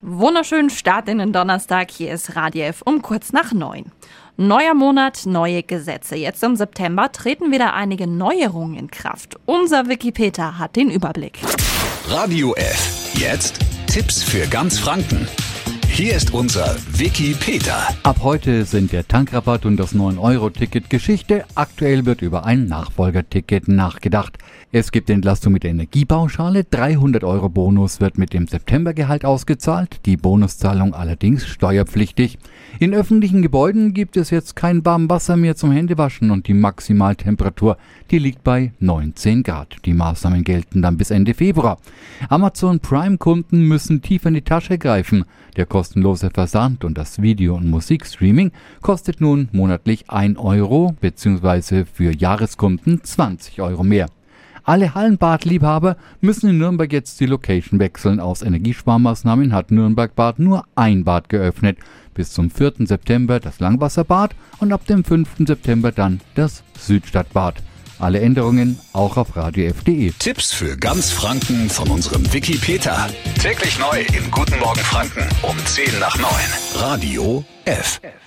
Wunderschönen Start in den Donnerstag. Hier ist Radio F um kurz nach 9. Neuer Monat, neue Gesetze. Jetzt im September treten wieder einige Neuerungen in Kraft. Unser Vicky Peter hat den Überblick. Radio F. Jetzt Tipps für ganz Franken. Hier ist unser Vicky Peter. Ab heute sind der Tankrabatt und das 9-Euro-Ticket Geschichte. Aktuell wird über ein Nachfolgerticket nachgedacht. Es gibt Entlastung mit der Energiepauschale. 300 Euro Bonus wird mit dem Septembergehalt ausgezahlt. Die Bonuszahlung allerdings steuerpflichtig. In öffentlichen Gebäuden gibt es jetzt kein warmes Wasser mehr zum Händewaschen und die Maximaltemperatur, die liegt bei 19 Grad. Die Maßnahmen gelten dann bis Ende Februar. Amazon Prime-Kunden müssen tiefer in die Tasche greifen. Der kostenlose Versand und das Video- und Musikstreaming kostet nun monatlich 1 Euro bzw. für Jahreskunden 20 Euro mehr. Alle Hallenbadliebhaber müssen in Nürnberg jetzt die Location wechseln. Aus Energiesparmaßnahmen hat Nürnberg Bad nur ein Bad geöffnet. Bis zum 4. September das Langwasserbad und ab dem 5. September dann das Südstadtbad. Alle Änderungen auch auf radiof.de. Tipps für ganz Franken von unserem Vicky Peter. Täglich neu im Guten Morgen Franken um 10 nach 9. Radio F.